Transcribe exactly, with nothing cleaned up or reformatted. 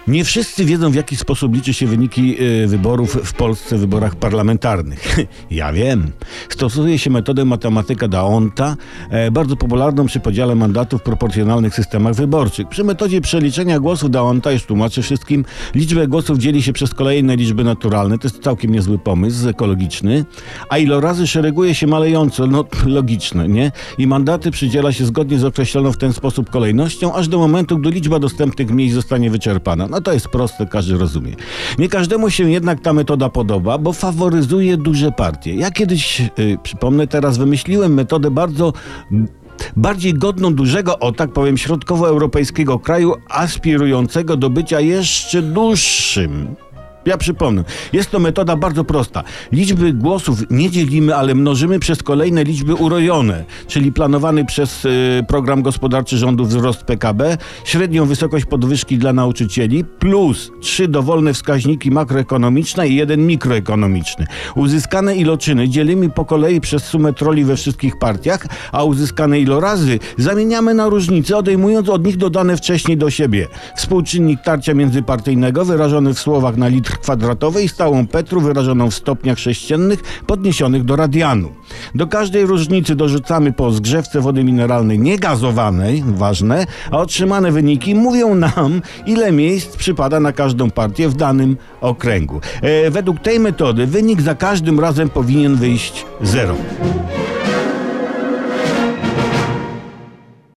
Nie wszyscy wiedzą, w jaki sposób liczy się wyniki y, wyborów w Polsce w wyborach parlamentarnych. Ja wiem. Stosuje się metodę matematyka d'Hondta, e, bardzo popularną przy podziale mandatów w proporcjonalnych systemach wyborczych. Przy metodzie przeliczenia głosów d'Hondta, już tłumaczę wszystkim, liczbę głosów dzieli się przez kolejne liczby naturalne. To jest całkiem niezły pomysł, ekologiczny. A ilorazy szereguje się malejąco, no logiczne, nie? I mandaty przydziela się zgodnie z określoną w ten sposób kolejnością, aż do momentu, gdy liczba dostępnych miejsc zostanie wyczerpana. No to jest proste, każdy rozumie. Nie każdemu się jednak ta metoda podoba, bo faworyzuje duże partie. Ja kiedyś, yy, przypomnę teraz, wymyśliłem metodę bardzo... bardziej godną dużego, o tak powiem, środkowoeuropejskiego kraju aspirującego do bycia jeszcze dłuższym. Ja przypomnę, jest to metoda bardzo prosta. Liczby głosów nie dzielimy, ale mnożymy przez kolejne liczby urojone, czyli planowany przez y, program gospodarczy rządu wzrost P K B, średnią wysokość podwyżki dla nauczycieli, plus trzy dowolne wskaźniki makroekonomiczne i jeden mikroekonomiczny. Uzyskane iloczyny dzielimy po kolei przez sumę troli we wszystkich partiach, a uzyskane ilorazy zamieniamy na różnice, odejmując od nich dodane wcześniej do siebie. Współczynnik tarcia międzypartyjnego wyrażony w słowach na litr kwadratowej, stałą Petru wyrażoną w stopniach sześciennych podniesionych do radianu. Do każdej różnicy dorzucamy po zgrzewce wody mineralnej niegazowanej, ważne, a otrzymane wyniki mówią nam, ile miejsc przypada na każdą partię w danym okręgu. E, według tej metody wynik za każdym razem powinien wyjść zero.